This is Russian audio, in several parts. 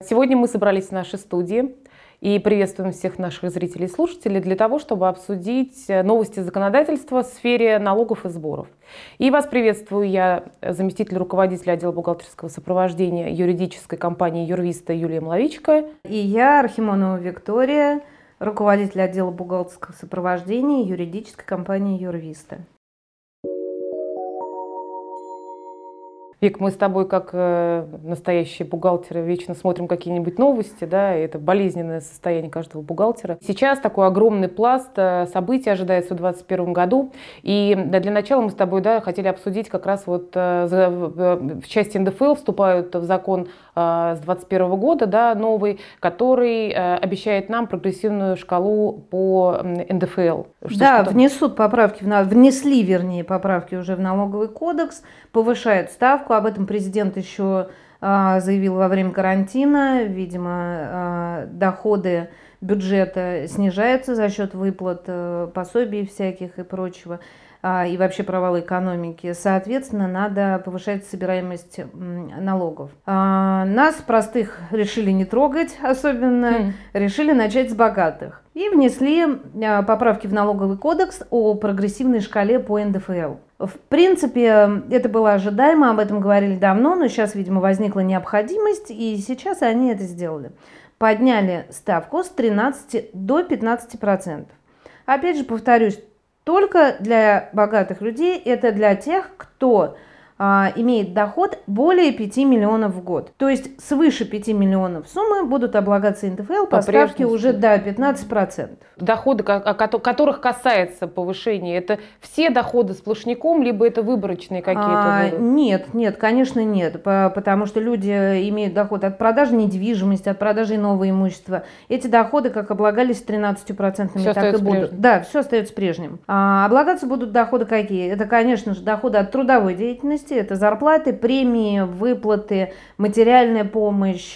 Сегодня мы собрались в нашей студии и приветствуем всех наших зрителей и слушателей для того, чтобы обсудить новости законодательства в сфере налогов и сборов. И вас приветствую я, заместитель руководителя отдела бухгалтерского сопровождения юридической компании Юрвиста Юлия Млавичка. И я, Архимонова Виктория, руководитель отдела бухгалтерского сопровождения юридической компании Юрвиста. Вик, мы с тобой, как настоящие бухгалтеры, вечно смотрим какие-нибудь новости, да, и это болезненное состояние каждого бухгалтера. Сейчас такой огромный пласт событий ожидается в 2021 году, и для начала мы с тобой, да, хотели обсудить как раз вот в части НДФЛ вступают в закон с 2021 года, да, новый, который обещает нам прогрессивную шкалу по НДФЛ. Внесли поправки уже в налоговый кодекс, повышают ставку. Об этом президент еще заявил во время карантина. Видимо, доходы бюджета снижаются за счет выплат пособий всяких и прочего, и вообще провала экономики. Соответственно, надо повышать собираемость налогов. Нас, простых, решили не трогать особенно, решили начать с богатых. И внесли поправки в налоговый кодекс о прогрессивной шкале по НДФЛ. В принципе, это было ожидаемо, об этом говорили давно, но сейчас, видимо, возникла необходимость, и сейчас они это сделали. Подняли ставку с 13 до 15%. Опять же, повторюсь, только для богатых людей, это для тех, кто имеет доход более 5 миллионов в год. То есть свыше 5 миллионов суммы будут облагаться НДФЛ по ставке уже до 15%. Доходы, которых касается повышение, это все доходы сплошняком, либо это выборочные какие-то? Нет, конечно нет, потому что люди имеют доход от продажи недвижимости, от продажи нового имущества. Эти доходы как облагались 13%, так и будут. Прежним. Да, все остается прежним. Облагаться будут доходы какие? Это, конечно же, доходы от трудовой деятельности, это зарплаты, премии, выплаты, материальная помощь,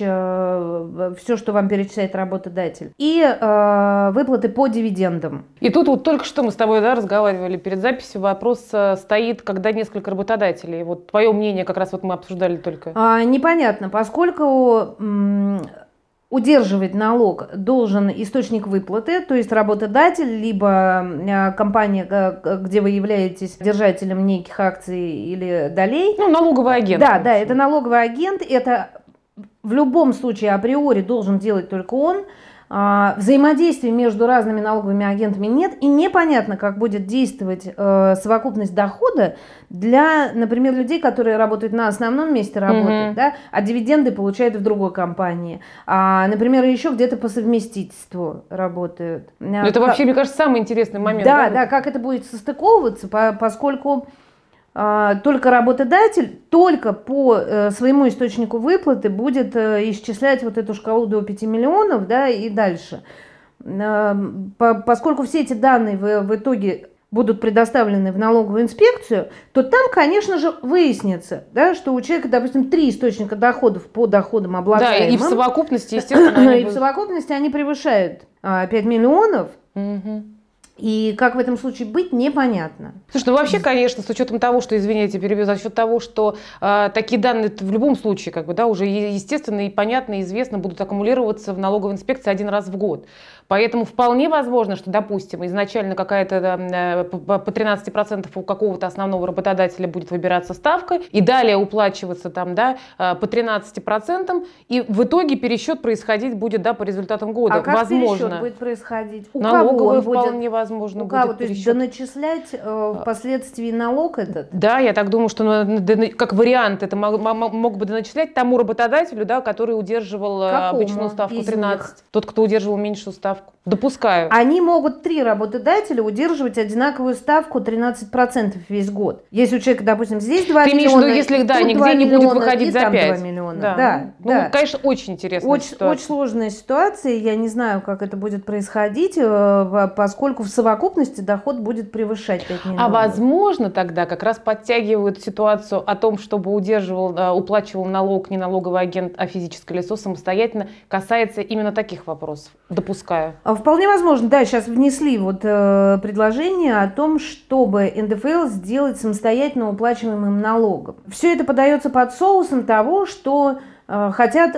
все, что вам перечисляет работодатель. И выплаты по дивидендам. И тут вот только что мы с тобой, да, разговаривали перед записью, вопрос стоит, когда несколько работодателей. Вот твое мнение как раз вот мы обсуждали только. Непонятно, поскольку удерживать налог должен источник выплаты, то есть работодатель, либо компания, где вы являетесь держателем неких акций или долей. Налоговый агент. Да, это налоговый агент, это в любом случае априори должен делать только он. Взаимодействия между разными налоговыми агентами нет, и непонятно, как будет действовать совокупность дохода для, например, людей, которые работают на основном месте работы, да, а дивиденды получают в другой компании, например, еще где-то по совместительству работают. Это вообще, мне кажется, самый интересный момент. Да, как это будет состыковываться, поскольку только работодатель только по своему источнику выплаты будет исчислять вот эту шкалу до 5 миллионов, да, и дальше. Поскольку все эти данные в итоге будут предоставлены в налоговую инспекцию, то там, конечно же, выяснится, да, что у человека, допустим, 3 источника доходов по доходам облагаемым. Да, и в совокупности, естественно, и в совокупности они превышают 5 миллионов. И как в этом случае быть, непонятно. Слушай, вообще, конечно, с учетом того, что, извините, перебью, за счет того, что такие данные в любом случае, уже естественно и понятно, и известно, будут аккумулироваться в налоговой инспекции один раз в год. Поэтому вполне возможно, что, допустим, изначально какая-то по 13% у какого-то основного работодателя будет выбираться ставка, и далее уплачиваться по 13%, и в итоге пересчет происходить будет, по результатам года. А как возможно. Пересчет будет происходить? У налоговый кого он вполне возможно у кого? будет То есть пересчет. доначислять впоследствии налог этот? Да, я так думаю, что как вариант это мог бы доначислять тому работодателю, который удерживал обычную ставку 13. Тот, кто удерживал меньшую ставку. Допускаю. Они могут 3 работодателя удерживать одинаковую ставку 13% весь год. Если у человека, допустим, здесь 2 Ты миллиона, имеешь в виду, если нигде не будет выходить за 5. 2 миллиона. Да. Конечно, очень интересная ситуация. Очень сложная ситуация. Я не знаю, как это будет происходить, поскольку в совокупности доход будет превышать 5 миллионов. А возможно тогда как раз подтягивают ситуацию о том, чтобы уплачивал налог не налоговый агент, а физическое лицо самостоятельно, касается именно таких вопросов. Допускаю. Вполне возможно, да, сейчас внесли предложение о том, чтобы НДФЛ сделать самостоятельно уплачиваемым налогом. Все это подается под соусом того, что хотят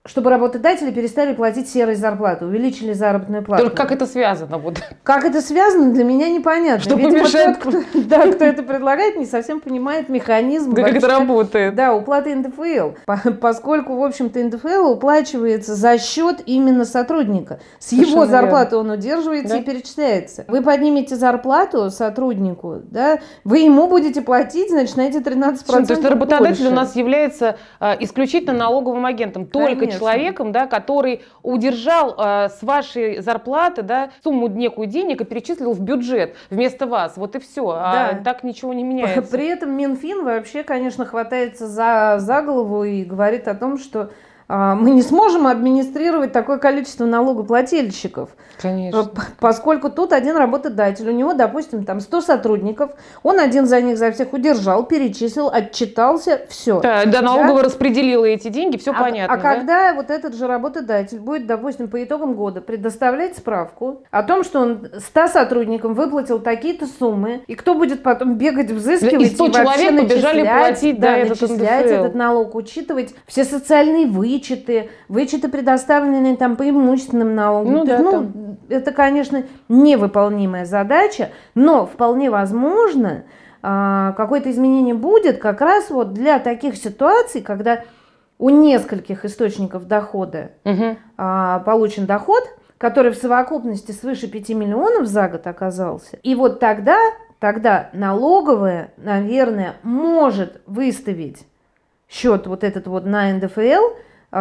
чтобы работодатели перестали платить серые зарплаты, увеличили заработную плату. Только как это связано? Вот. Как это связано, для меня непонятно. Что Видимо, помешает? тот, кто это предлагает, не совсем понимает механизм. Да, как это работает. Да, уплаты НДФЛ. Поскольку, в общем-то, НДФЛ уплачивается за счет именно сотрудника. С его зарплаты он удерживается и перечисляется. Вы поднимете зарплату сотруднику, да, вы ему будете платить, значит, на эти 13% То есть работодатель больше. у нас является исключительно налоговым агентом. Только человеком, да, который удержал с вашей зарплаты, да, сумму некую денег и перечислил в бюджет вместо вас. Вот и все. А так ничего не меняется. При этом Минфин вообще, конечно, хватается за голову и говорит о том, что мы не сможем администрировать такое количество налогоплательщиков. Конечно. Поскольку тут один работодатель, у него, допустим, там 100 сотрудников, он один за них за всех удержал, перечислил, отчитался, все. Да, налоговая распределила эти деньги, все понятно. Когда вот этот же работодатель будет, допустим, по итогам года предоставлять справку о том, что он 100 сотрудникам выплатил такие-то суммы, и кто будет потом бегать, взыскивать, и 100 человек побежали платить начислять этот налог, учитывать все социальные вычеты предоставленные там по имущественным налогам. Это, конечно, невыполнимая задача, но вполне возможно, какое-то изменение будет как раз вот для таких ситуаций, когда у нескольких источников дохода получен доход, который в совокупности свыше 5 миллионов за год оказался. И вот тогда налоговая, наверное, может выставить счет вот этот вот на НДФЛ,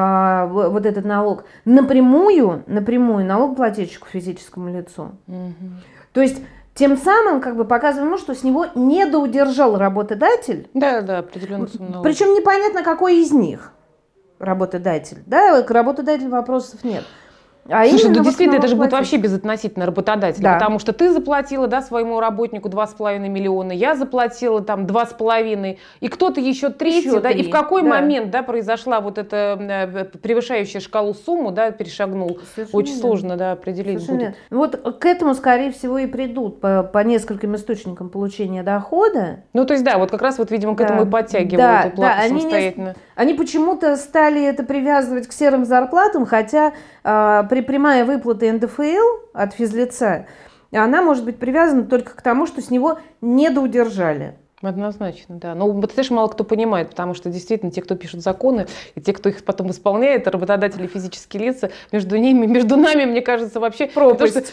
вот этот налог, напрямую налогоплательщику, физическому лицу. То есть тем самым как бы показываем, что с него недоудержал работодатель. Да, определенно сумму налога. Причем непонятно, какой из них работодатель. Да, к работодателю вопросов нет. Слушай, действительно, это же будет вообще безотносительно работодателя, потому что ты заплатила, да, своему работнику 2,5 миллиона, я заплатила там 2,5, и кто-то еще третий, да, и в какой момент, да, произошла вот эта превышающая шкалу сумму, да, перешагнул. Совершенно очень сложно, да, определить будет. Вот к этому, скорее всего, и придут по нескольким источникам получения дохода. Ну, то есть, да, вот как раз вот, видимо, к этому и подтягивают уплату самостоятельно. Они почему-то стали это привязывать к серым зарплатам, хотя при прямая выплата НДФЛ от физлица, она может быть привязана только к тому, что с него недоудержали. Однозначно, да. Но, ты знаешь, мало кто понимает, потому что действительно те, кто пишут законы, и те, кто их потом исполняет, работодатели, физические лица, между нами, мне кажется, вообще пропасть.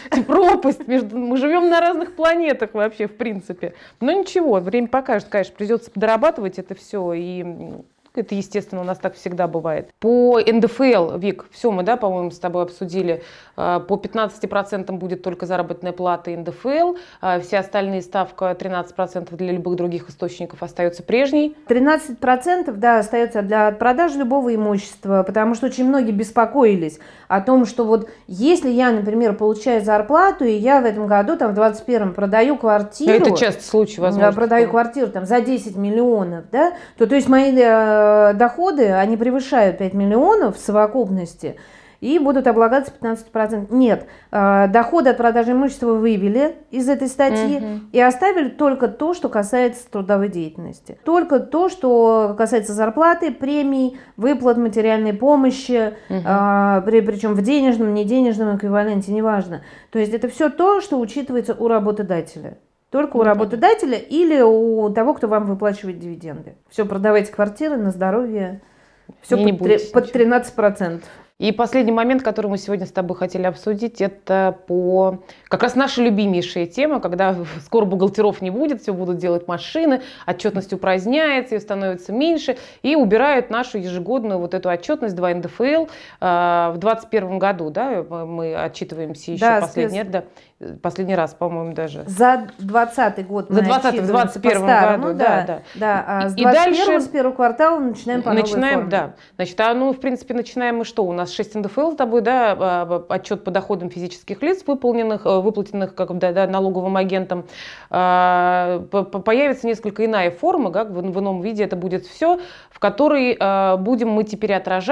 Мы живем на разных планетах вообще, в принципе. Но ничего, время покажет, конечно, придется дорабатывать это все и... Это, естественно, у нас так всегда бывает. По НДФЛ, Вик, все мы, да, по-моему, с тобой обсудили. По 15% будет только заработная плата и НДФЛ. Все остальные ставка 13% для любых других источников остается прежней. 13%, да, остается для продажи любого имущества, потому что очень многие беспокоились о том, что вот если я, например, получаю зарплату, и я в этом году, там, в 2021 продаю квартиру. Это частый случай, возможно. Продаю квартиру там за 10 миллионов, да, то есть мои доходы, они превышают 5 миллионов в совокупности и будут облагаться 15%. Нет, доходы от продажи имущества вывели из этой статьи и оставили только то, что касается трудовой деятельности. Только то, что касается зарплаты, премий, выплат материальной помощи, причем в денежном, неденежном эквиваленте, неважно. То есть это все то, что учитывается у работодателя. Только у работодателя или у того, кто вам выплачивает дивиденды. Все, продавайте квартиры на здоровье. Все под 13%. И последний момент, который мы сегодня с тобой хотели обсудить, это по как раз наша любимейшая тема, когда скоро бухгалтеров не будет, все будут делать машины, отчетность упраздняется, ее становится меньше, и убирают нашу ежегодную вот эту отчетность 2 НДФЛ в 2021 году, да, мы отчитываемся еще последний раз, по-моему, даже. За 2020 год мы отчитываемся в 2021 году, да. А с 2021, с первого квартала начинаем по новой форме. Да. Значит, в принципе, начинаем мы что? У нас 6 НДФЛ с тобой, да, отчет по доходам физических лиц, выплатенных налоговым агентом. Появится несколько иная форма, как в ином виде это будет все, в которой будем мы теперь отражать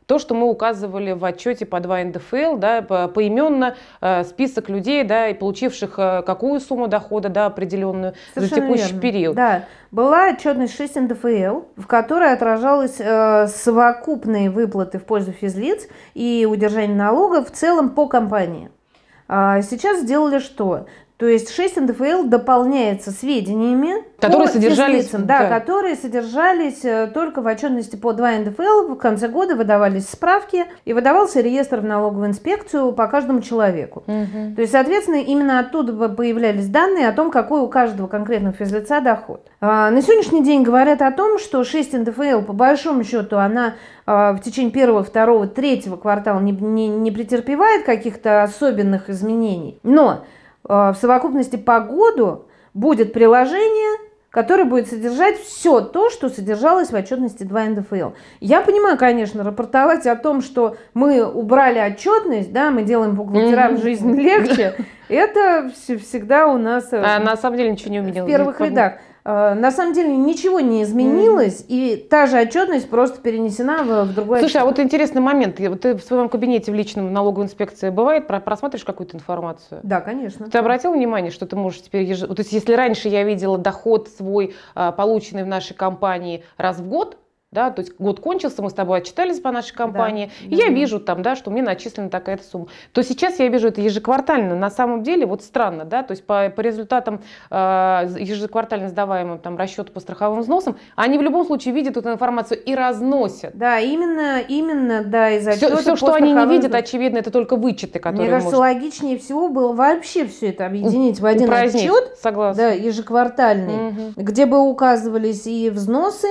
то, что мы указывали в отчете по 2 НДФЛ, да, поименно список людей, да, и получивших какую сумму дохода, да, определенную за текущий период. Да, была отчетность 6 НДФЛ, в которой отражалась совокупные выплаты в пользу физлиц и удержание налогов в целом по компании. Сейчас сделали что? То есть 6 НДФЛ дополняется сведениями, которые содержались, физлицам, да, которые содержались только в отчетности по 2 НДФЛ. В конце года выдавались справки и выдавался реестр в налоговую инспекцию по каждому человеку. То есть, соответственно, именно оттуда появлялись данные о том, какой у каждого конкретного физлица доход. На сегодняшний день говорят о том, что 6 НДФЛ, по большому счету, она в течение первого, второго, третьего квартала не претерпевает каких-то особенных изменений. Но в совокупности по году будет приложение, которое будет содержать все то, что содержалось в отчетности 2 НДФЛ. Я понимаю, конечно, рапортовать о том, что мы убрали отчетность, да, мы делаем бухгалтерам жизнь легче, это всегда у нас на самом деле ничего не изменилось. В первых рядах. На самом деле ничего не изменилось, и та же отчетность просто перенесена в другой отчет. Слушай, а вот интересный момент. Ты в своем кабинете в личном в налоговой инспекции бывает, просматриваешь какую-то информацию? Да, конечно. Ты обратил внимание, что ты можешь теперь... То есть если раньше я видела доход свой, полученный в нашей компании раз в год, да, то есть год кончился, мы с тобой отчитались по нашей компании, и я вижу там, да, что мне начислена такая-то сумма. То сейчас я вижу это ежеквартально. На самом деле, вот странно, да, то есть по результатам ежеквартально сдаваемым там расчету по страховым взносам, они в любом случае видят эту информацию и разносят. Да, именно, да, из отчета все, что они не видят, очевидно, это только вычеты, которые... Мне кажется, логичнее всего было вообще все это объединить в один отчет, согласна. Да, ежеквартальный, где бы указывались и взносы,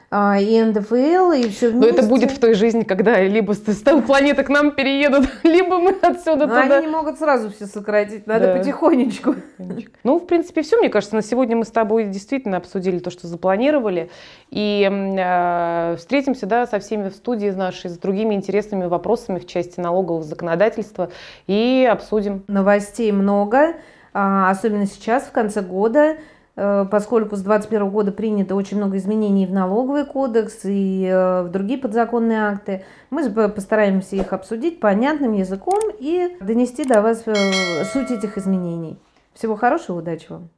и НДФЛ, и все вместе. Но это будет в той жизни, когда либо с той планеты к нам переедут, либо мы отсюда туда. Они не могут сразу все сократить, надо потихонечку. Ну, в принципе, все, мне кажется. На сегодня мы с тобой действительно обсудили то, что запланировали. И встретимся, да, со всеми в студии нашей, с другими интересными вопросами в части налогового законодательства и обсудим. Новостей много, особенно сейчас, в конце года. Поскольку с 2021 года принято очень много изменений в налоговый кодекс и в другие подзаконные акты, мы постараемся их обсудить понятным языком и донести до вас суть этих изменений. Всего хорошего, удачи вам!